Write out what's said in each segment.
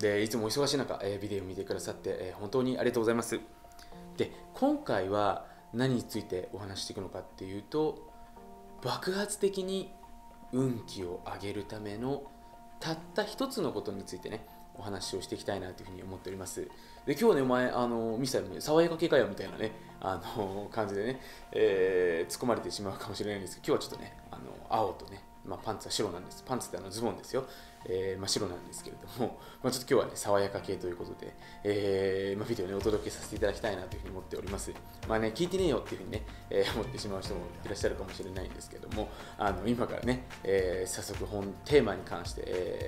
でいつもお忙しい中、ビデオを見てくださって、本当にありがとうございます。で今回は何についてお話していくのかっていうと、爆発的に運気を上げるためのたった一つのことについてね、お話をしていきたいなというふうに思っております。で今日ね、お前ミスターのね、爽やか系かよみたいなね、感じでね、突っ込まれてしまうかもしれないんですけど、今日はちょっとね、青とね、パンツは白なんです。パンツってズボンですよ。真っ白なんですけれども、ちょっと今日はね、爽やか系ということで、ビデオをね、お届けさせていただきたいなというふうに思っております。聞いてねえよっていうふうにね、思ってしまう人もいらっしゃるかもしれないんですけども、今からね、早速テーマに関して、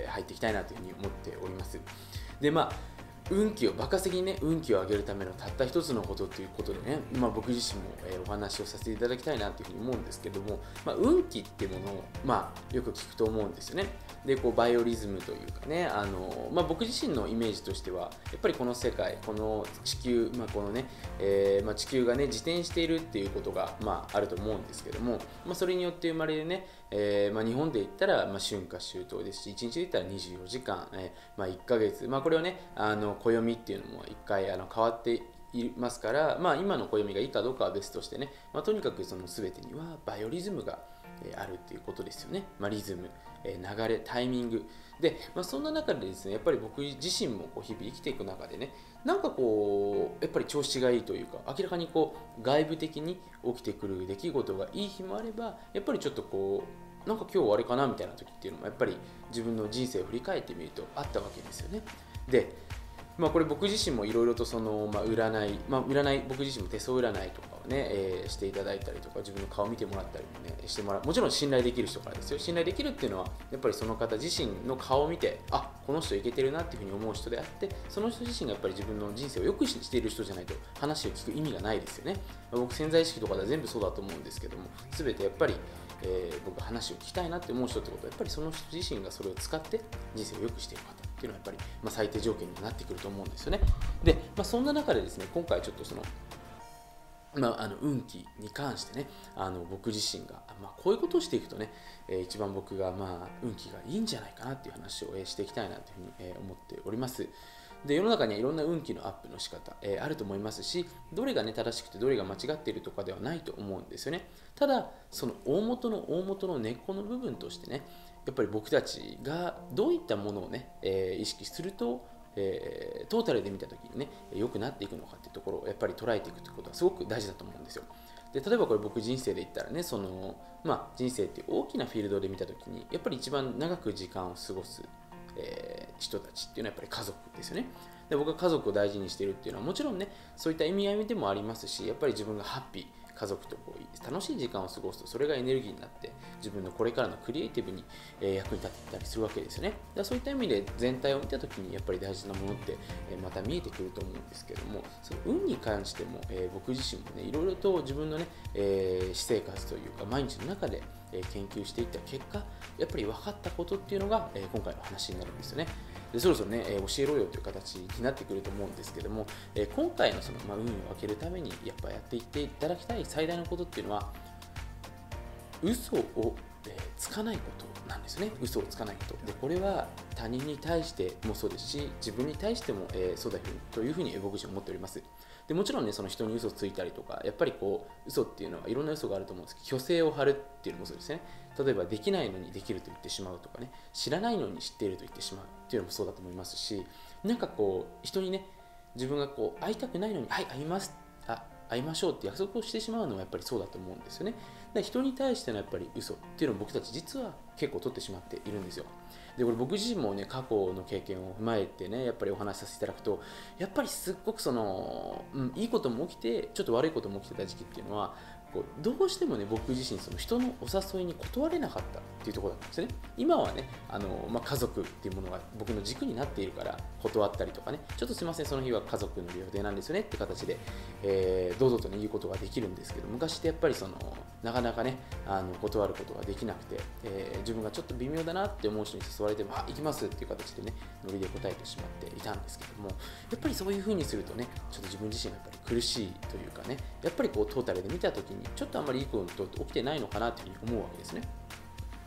入っていきたいなというふうに思っております。で、爆発的にね、運気を上げるためのたった一つのことということでね、僕自身も、お話をさせていただきたいなというふうに思うんですけども、運気っていうものを、よく聞くと思うんですよね。でバイオリズムというかね、僕自身のイメージとしては、やっぱりこの世界、この地球、このね、地球がね、自転しているっていうことが、あると思うんですけども、それによって生まれるね、日本で言ったら、春夏秋冬ですし、1日で言ったら24時間、1ヶ月、これをね、暦っていうのも1回変わっていますから、今の暦がいいかどうかは別としてね、とにかくその全てにはバイオリズムがあるっていうことですよね。リズム、流れ、タイミングで、そんな中でですね、やっぱり僕自身も日々生きていく中でね、やっぱり調子がいいというか、明らかに外部的に起きてくる出来事がいい日もあれば、やっぱりちょっと今日あれかなみたいな時っていうのもやっぱり自分の人生を振り返ってみるとあったわけですよね。でこれ僕自身もいろいろと占い、僕自身も手相占いとかをね、していただいたりとか、自分の顔を見てもらったりもね、してもらう。もちろん信頼できる人からですよ。信頼できるっていうのは、やっぱりその方自身の顔を見て、この人いけてるなっていうふうに思う人であって、その人自身がやっぱり自分の人生を良くしている人じゃないと話を聞く意味がないですよね。僕潜在意識とかでは全部そうだと思うんですけども、全てやっぱり僕が話を聞きたいなって思う人ってことは、やっぱりその人自身がそれを使って人生を良くしている方っていうのはやっぱり、最低条件になってくると思うんですよね。で、そんな中でですね、今回ちょっとその運気に関してね、僕自身が、こういうことをしていくとね、一番僕が運気がいいんじゃないかなっていう話をしていきたいなというふうに思っております。で世の中にはいろんな運気のアップの仕方、あると思いますし、どれがね正しくてどれが間違っているとかではないと思うんですよね。ただその大元の根っこの部分としてね、やっぱり僕たちがどういったものをね、意識するとトータルで見たときにね良くなっていくのかっていうところをやっぱり捉えていくということはすごく大事だと思うんですよ。で例えばこれ僕人生で言ったらね、人生っていう大きなフィールドで見たときにやっぱり一番長く時間を過ごす人たちっていうのはやっぱり家族ですよね。で僕は家族を大事にしているっていうのはもちろんね、そういった意味合いでもありますし、やっぱり自分がハッピー、家族と楽しい時間を過ごすとそれがエネルギーになって自分のこれからのクリエイティブに役に立っていたりするわけですよね。そういった意味で全体を見た時にやっぱり大事なものってまた見えてくると思うんですけども、その運に関しても僕自身もねいろいろと自分のね私生活というか毎日の中で研究していった結果、やっぱり分かったことっていうのが今回の話になるんですよね。でそろそろね教えろよという形になってくると思うんですけども、今回のその運を分けるためにやっぱやっていっていただきたい最大のことっていうのは、嘘をつかないことなんですね。嘘をつかないことで、これは他人に対してもそうですし、自分に対してもそうだというふうに僕自身思っております。でもちろんね、その人に嘘をついたりとか、やっぱり嘘っていうのはいろんな嘘があると思うんですけど、虚勢を張るっていうのもそうですね。例えばできないのにできると言ってしまうとかね、知らないのに知っていると言ってしまうっていうのもそうだと思いますし、人にね、自分が会いたくないのにはい会います会いましょうって約束をしてしまうのはやっぱりそうだと思うんですよね。人に対してのやっぱり嘘っていうのを僕たち実は結構取ってしまっているんですよ。でこれ僕自身もね過去の経験を踏まえてねやっぱりお話しさせていただくと、やっぱりすっごくいいことも起きてちょっと悪いことも起きてた時期っていうのはどうしてもね僕自身その人のお誘いに断れなかったっていうところだったんですね。今はね家族っていうものが僕の軸になっているから断ったりとかね、ちょっとすいませんその日は家族の予定なんですよねって形で、堂々とね言うことができるんですけど、昔ってやっぱりなかなかね断ることができなくて、自分がちょっと微妙だなって思う人に誘われても行きますっていう形でねノリで答えてしまっていたんですけども、やっぱりそういう風にするとねちょっと自分自身がやっぱり苦しいというかね、やっぱりトータルで見た時にちょっとあんまりいいこと起きてないのかなというふうに思うわけですね。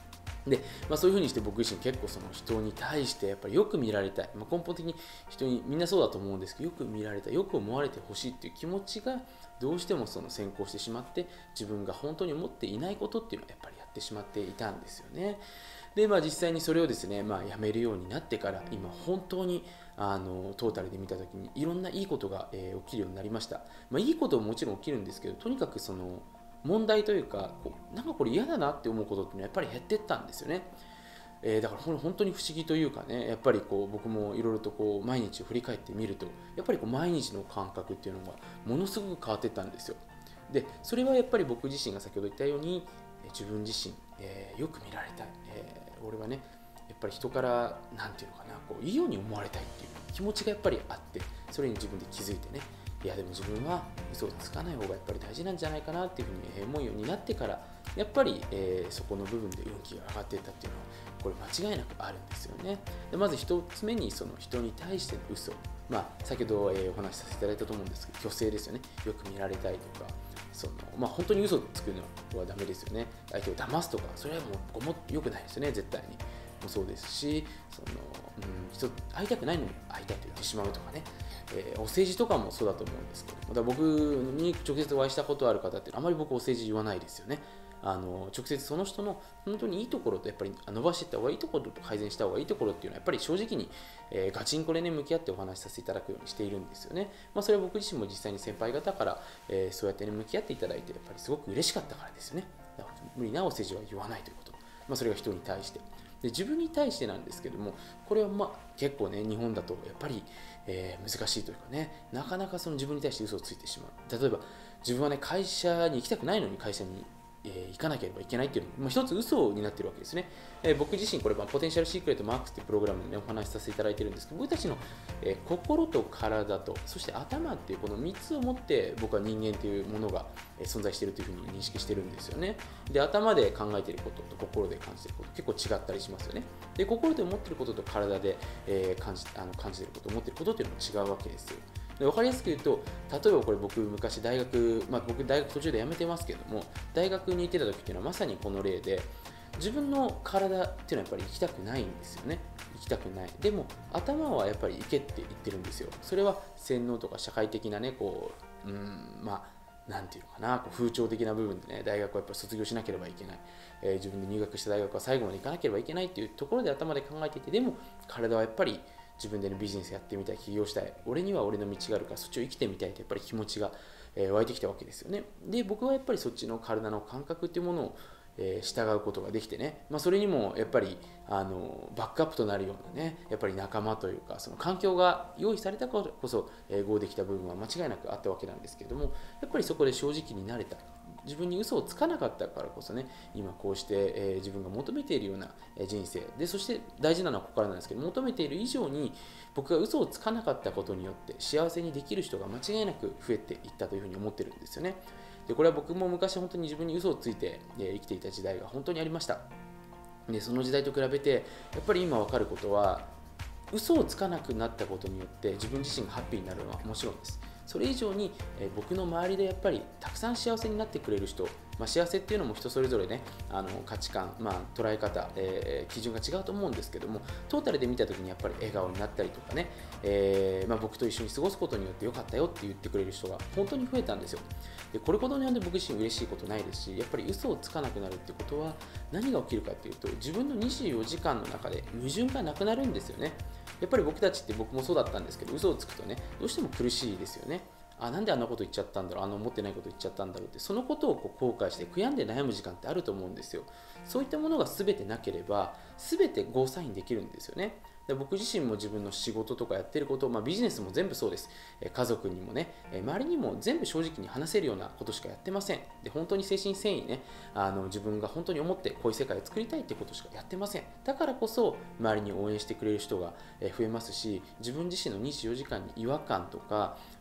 で、そういうふうにして僕自身結構その人に対してやっぱりよく見られたい、根本的に人にみんなそうだと思うんですけど、よく見られたい、よく思われてほしいっていう気持ちがどうしてもその先行してしまって、自分が本当に思っていないことっていうのをやっぱりやってしまっていたんですよね。で、実際にそれをですね、やめるようになってから今本当にトータルで見た時にいろんないいことが、起きるようになりました。いいことももちろん起きるんですけど、とにかくその問題というかなんかこれ嫌だなって思うことっていうのはやっぱり減っていったんですよね。だから本当に不思議というかね、やっぱり僕もいろいろと毎日を振り返ってみると、やっぱり毎日の感覚っていうのがものすごく変わっていったんですよ。でそれはやっぱり僕自身が先ほど言ったように、自分自身、よく見られたい、俺はねやっぱり人からなんていうのかないいように思われたいっていう気持ちがやっぱりあって、それに自分で気づいてね、いやでも自分は嘘をつかない方がやっぱり大事なんじゃないかなっていうふうに思うようになってから、やっぱり、そこの部分で運気が上がっていったっていうのはこれ間違いなくあるんですよね。でまず一つ目にその人に対しての嘘、先ほど、お話しさせていただいたと思うんですけど、虚勢ですよね。よく見られたいとか、本当に嘘をつくのはダメですよね。相手を騙すとか、それはもう良くないですよね、絶対に。もそうですし、会いたくないのに会いたいと言ってしまうとかね、お政治とかもそうだと思うんですけど、だから僕に直接お会いしたことある方ってあまり僕お政治言わないですよね。直接その人の本当にいいところとやっぱり伸ばしていった方がいいところと改善した方がいいところっていうのはやっぱり正直に、ガチンコでね向き合ってお話しさせていただくようにしているんですよね。それは僕自身も実際に先輩方から、そうやってね向き合っていただいてやっぱりすごく嬉しかったからですよね。だから無理なお世辞は言わないということ、それが人に対してで、自分に対してなんですけども、これは結構ね日本だとやっぱり、難しいというかね、なかなかその自分に対して嘘をついてしまう。例えば自分はね会社に行きたくないのに会社に行かなければいけないっていうのも、一つ嘘になっているわけですね。僕自身これポテンシャルシークレットマークスっていうプログラムで、ね、お話しさせていただいているんですけど、僕たちの、心と体とそして頭っていうこの3つを持って僕は人間というものが存在しているというふうに認識してるんですよね。で頭で考えていることと心で感じていること結構違ったりしますよね。で心で思っていることと体で、感じていること思っていることっていうのも違うわけですよ。で分かりやすく言うと、例えばこれ僕昔大学、僕大学途中で辞めてますけども、大学に行ってた時っていうのはまさにこの例で、自分の体っていうのはやっぱり行きたくないんですよね。行きたくない。でも頭はやっぱり行けって言ってるんですよ。それは洗脳とか社会的なね、なんていうのかな、風潮的な部分でね、大学はやっぱり卒業しなければいけない、自分で入学した大学は最後まで行かなければいけないっていうところで頭で考えていて、でも体はやっぱり自分で、ビジネスやってみたい、起業したい、俺には俺の道があるからそっちを生きてみたいとやっぱり気持ちが湧いてきたわけですよね。で僕はやっぱりそっちの体の感覚っていうものを従うことができてね、それにもやっぱりバックアップとなるようなね、やっぱり仲間というかその環境が用意されたからこそ合できた部分は間違いなくあったわけなんですけれども、やっぱりそこで正直になれた、自分に嘘をつかなかったからこそね、今こうして、自分が求めているような人生で、そして大事なのはここからなんですけど、求めている以上に僕が嘘をつかなかったことによって幸せにできる人が間違いなく増えていったというふうに思ってるんですよね。でこれは僕も昔本当に自分に嘘をついて生きていた時代が本当にありました。でその時代と比べてやっぱり今分かることは、嘘をつかなくなったことによって自分自身がハッピーになるのはもちろんです。それ以上に、僕の周りでやっぱりたくさん幸せになってくれる人、幸せっていうのも人それぞれね、価値観、捉え方、基準が違うと思うんですけども、トータルで見た時にやっぱり笑顔になったりとかね、僕と一緒に過ごすことによってよかったよって言ってくれる人が本当に増えたんですよ。でこれほどになんで僕自身嬉しいことないですし、やっぱり嘘をつかなくなるってことは何が起きるかっていうと、自分の24時間の中で矛盾がなくなるんですよね。やっぱり僕たちって僕もそうだったんですけど、嘘をつくとね、どうしても苦しいですよね。なんであんなこと言っちゃったんだろう、思ってないこと言っちゃったんだろうって、そのことを後悔して悔やんで悩む時間ってあると思うんですよ。そういったものが全てなければ全てゴーサインできるんですよね。で僕自身も自分の仕事とかやってること、ビジネスも全部そうです。家族にもね、周りにも全部正直に話せるようなことしかやってません。で本当に誠心誠意ね、自分が本当に思ってこういう世界を作りたいってことしかやってません。だからこそ周りに応援してくれる人が増えますし、自分自身の24時間に違和感とか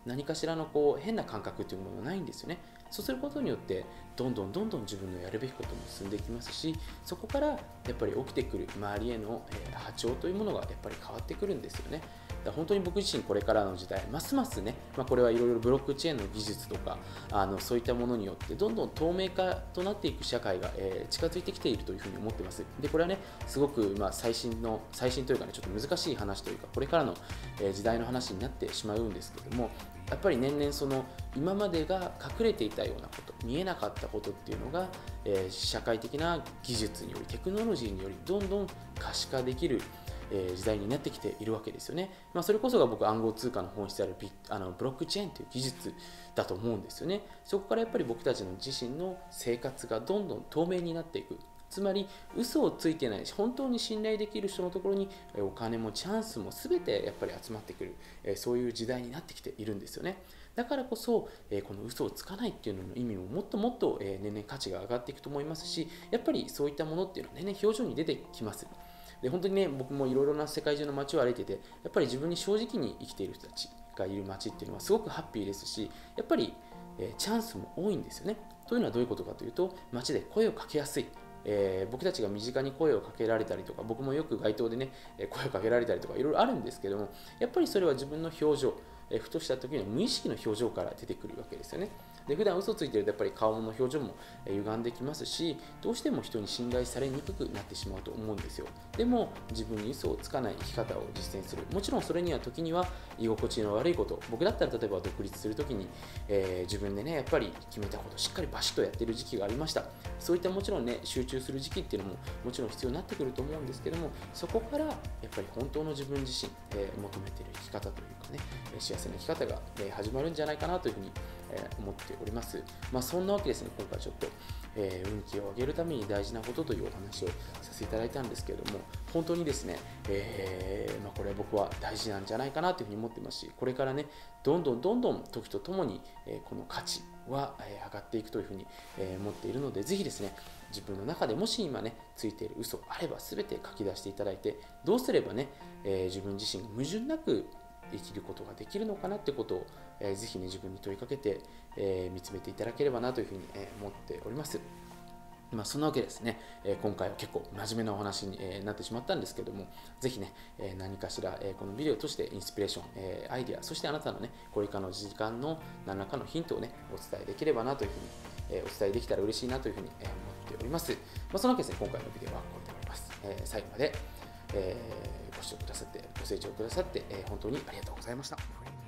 何かしらの変な感覚というものがないんですよね。そうすることによってどんどん自分のやるべきことも進んでいきますし、そこからやっぱり起きてくる周りへの波長というものがやっぱり変わってくるんですよね。だから本当に僕自身これからの時代ますますね、これはいろいろブロックチェーンの技術とかそういったものによってどんどん透明化となっていく社会が近づいてきているというふうに思っています。でこれはねすごく最新というかねちょっと難しい話というかこれからの時代の話になってしまうんですけども、やっぱり年々今までが隠れていたようなこと、見えなかったことっていうのが、社会的な技術によりテクノロジーによりどんどん可視化できる時代になってきているわけですよね。それこそが僕暗号通貨の本質であるブロックチェーンという技術だと思うんですよね。そこからやっぱり僕たちの自身の生活がどんどん透明になっていく。つまり嘘をついてないし本当に信頼できる人のところにお金もチャンスも全てやっぱり集まってくる、そういう時代になってきているんですよね。だからこそこの嘘をつかないっていうのの意味ももっともっと年々価値が上がっていくと思いますし、やっぱりそういったものっていうのは年々表情に出てきます。で本当にね、僕もいろいろな世界中の街を歩いてて、やっぱり自分に正直に生きている人たちがいる街っていうのはすごくハッピーですし、やっぱりチャンスも多いんですよね。というのはどういうことかというと、街で声をかけやすい。僕たちが身近に声をかけられたりとか、僕もよく街頭でね声をかけられたりとかいろいろあるんですけども、やっぱりそれは自分の表情、ふとした時の無意識の表情から出てくるわけですよね。で普段嘘ついてるとやっぱり顔の表情も歪んできますし、どうしても人に信頼されにくくなってしまうと思うんですよ。でも自分に嘘をつかない生き方を実践する。もちろんそれには時には居心地の悪いこと、僕だったら例えば独立する時に、自分でねやっぱり決めたことをしっかりバシッとやっている時期がありました。そういったもちろんね集中する時期っていうのももちろん必要になってくると思うんですけども、そこからやっぱり本当の自分自身、求めている生き方というかね、幸せな生き方が、始まるんじゃないかなというふうに、思っております。そんなわけですね、今回ちょっと、運気を上げるために大事なことというお話をさせていただいたんですけれども、本当にですね、これは僕は大事なんじゃないかなというふうに思ってますし、これからねどんどん時とともに、この価値は、上がっていくというふうに、思っているので、ぜひですね自分の中でもし今ねついている嘘あれば全て書き出していただいて、どうすればね、自分自身が矛盾なく生きることができるのかなってことを、ぜひね自分に問いかけて、見つめていただければなというふうに、思っております。そんなわけですね、今回は結構真面目なお話に、なってしまったんですけども、ぜひね、何かしら、このビデオとしてインスピレーション、アイデア、そしてあなたのねこれからの時間の何らかのヒントをねお伝えできればなというふうに、お伝えできたら嬉しいなというふうに、思っております。そのわけですね、今回のビデオはこれで終わります。最後まで、ご視聴くださって、ご清聴くださって、本当にありがとうございました。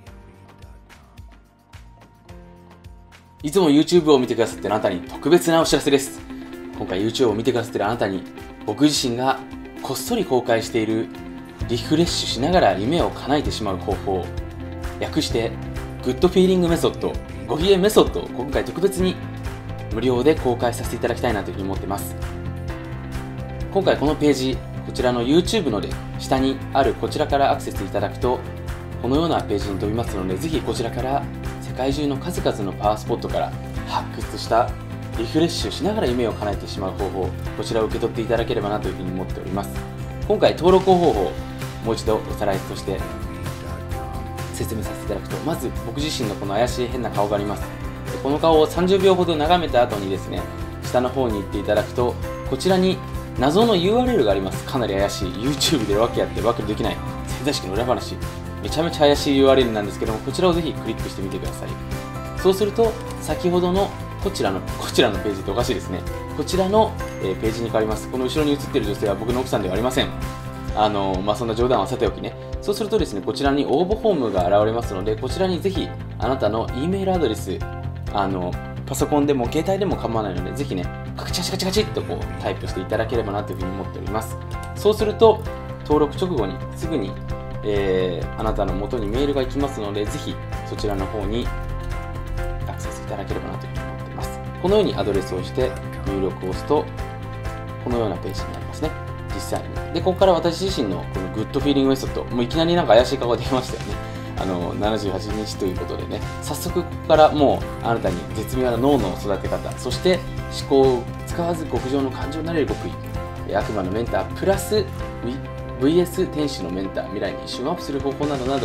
いつも YouTube を見てくださっているあなたに特別なお知らせです。今回 YouTube を見てくださっているあなたに、僕自身がこっそり公開しているリフレッシュしながら夢を叶えてしまう方法、略してグッドフィーリングメソッド、ご機嫌メソッドを今回特別に無料で公開させていただきたいなというふうに思っています。今回このページ、こちらの YouTube ので下にあるこちらからアクセスいただくと、このようなページに飛びますので、ぜひこちらから世界中の数々のパワースポットから発掘したリフレッシュしながら夢を叶えてしまう方法、こちらを受け取っていただければなというふうに思っております。今回登録方法、もう一度おさらいとして説明させていただくと、まず僕自身のこの怪しい変な顔があります。この顔を30秒ほど眺めた後にですね、下の方に行っていただくと、こちらに謎の URL があります。かなり怪しい YouTube で訳あって訳できない潜在意識の裏話、めちゃめちゃ怪しい URL なんですけども、こちらをぜひクリックしてみてください。そうすると先ほどのこちらのページっておかしいですね。こちらのページに変わります。この後ろに映っている女性は僕の奥さんではありません。そんな冗談はさておきね。そうするとですね、こちらに応募フォームが現れますので、こちらにぜひあなたの E メールアドレス、パソコンでも携帯でも構わないので、ぜひねカチカチカチっとこうタイプしていただければなというふうに思っております。そうすると登録直後にすぐに、あなたの元にメールが行きますので、ぜひそちらの方にアクセスいただければなというふうに思っています。このようにアドレスをして入力を押すと、このようなページになりますね、実際に。で、ここから私自身のこのグッドフィーリングメソッド、もういきなりなんか怪しい顔ができましたよね。78日ということでね、早速ここからもうあなたに絶妙な脳の育て方、そして思考を使わず極上の感情になれる極意、悪魔のメンタープラス VS 天使のメンター、未来に一瞬アップする方法などなど、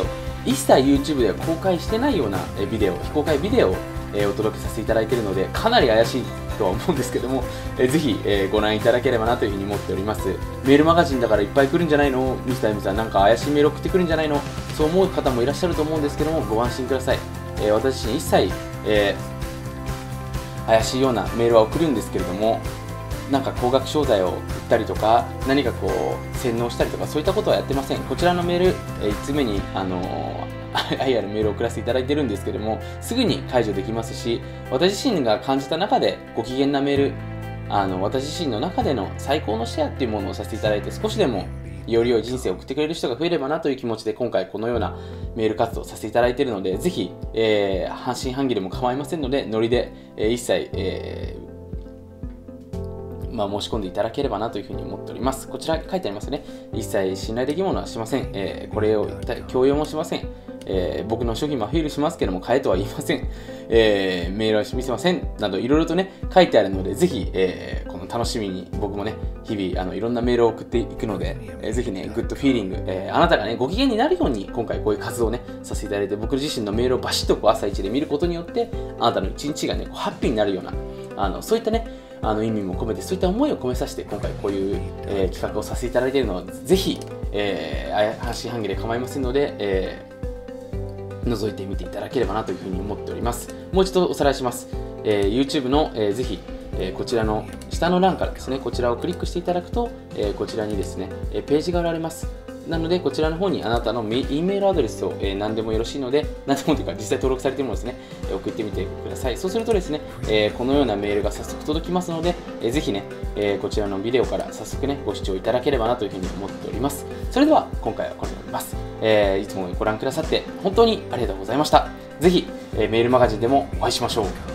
一切 YouTube では公開してないようなビデオ、非公開ビデオをお届けさせていただいているので、かなり怪しいとは思うんですけども、ぜひご覧いただければなというふうに思っております。メールマガジンだからいっぱい来るんじゃないの、ミスター M さん、なんか怪しいメール送ってくるんじゃないの、そう思う方もいらっしゃると思うんですけども、ご安心ください。私自身一切、怪しいようなメールは送るんですけれども、なんか高額商材を売ったりとか、何かこう洗脳したりとか、そういったことはやってません。こちらのメール、1つ目に愛あるメールを送らせていただいてるんですけども、すぐに解除できますし、私自身が感じた中でご機嫌なメール、私自身の中での最高のシェアっていうものをさせていただいて、少しでもより良い人生を送ってくれる人が増えればなという気持ちで、今回このようなメール活動をさせていただいているので、ぜひ、半信半疑でも構いませんので、ノリで、一切、申し込んでいただければなというふうに思っております。こちら書いてありますね。一切信頼できるものはしません。これを強要もしません。僕の商品もアピールしますけども、買えとは言いません。メールは見せません。などいろいろとね、書いてあるので、ぜひ、この楽しみに僕もね、日々いろんなメールを送っていくので、ぜひね、グッドフィーリング、あなたがね、ご機嫌になるように、今回こういう活動をね、させていただいて、僕自身のメールをバシッとこう朝一で見ることによって、あなたの一日がね、ハッピーになるような、そういったね、意味も込めて、そういった思いを込めさせて今回こういう、企画をさせていただいているので、ぜひ、半信半疑で構いませんので、覗いてみていただければなというふうに思っております。もう一度おさらいします。YouTube の、ぜひ、こちらの下の欄からですね、こちらをクリックしていただくと、こちらにですね、ページが現れます。なので、こちらの方にあなたの E メールアドレスを、何でもよろしいので、何でもというか実際登録されているものですね、送ってみてください。そうするとですね、このようなメールが早速届きますので、ぜひね、こちらのビデオから早速ね、ご視聴いただければなというふうに思っております。それでは、今回はこれで終わります。いつもご覧くださって本当にありがとうございました。ぜひ、メールマガジンでもお会いしましょう。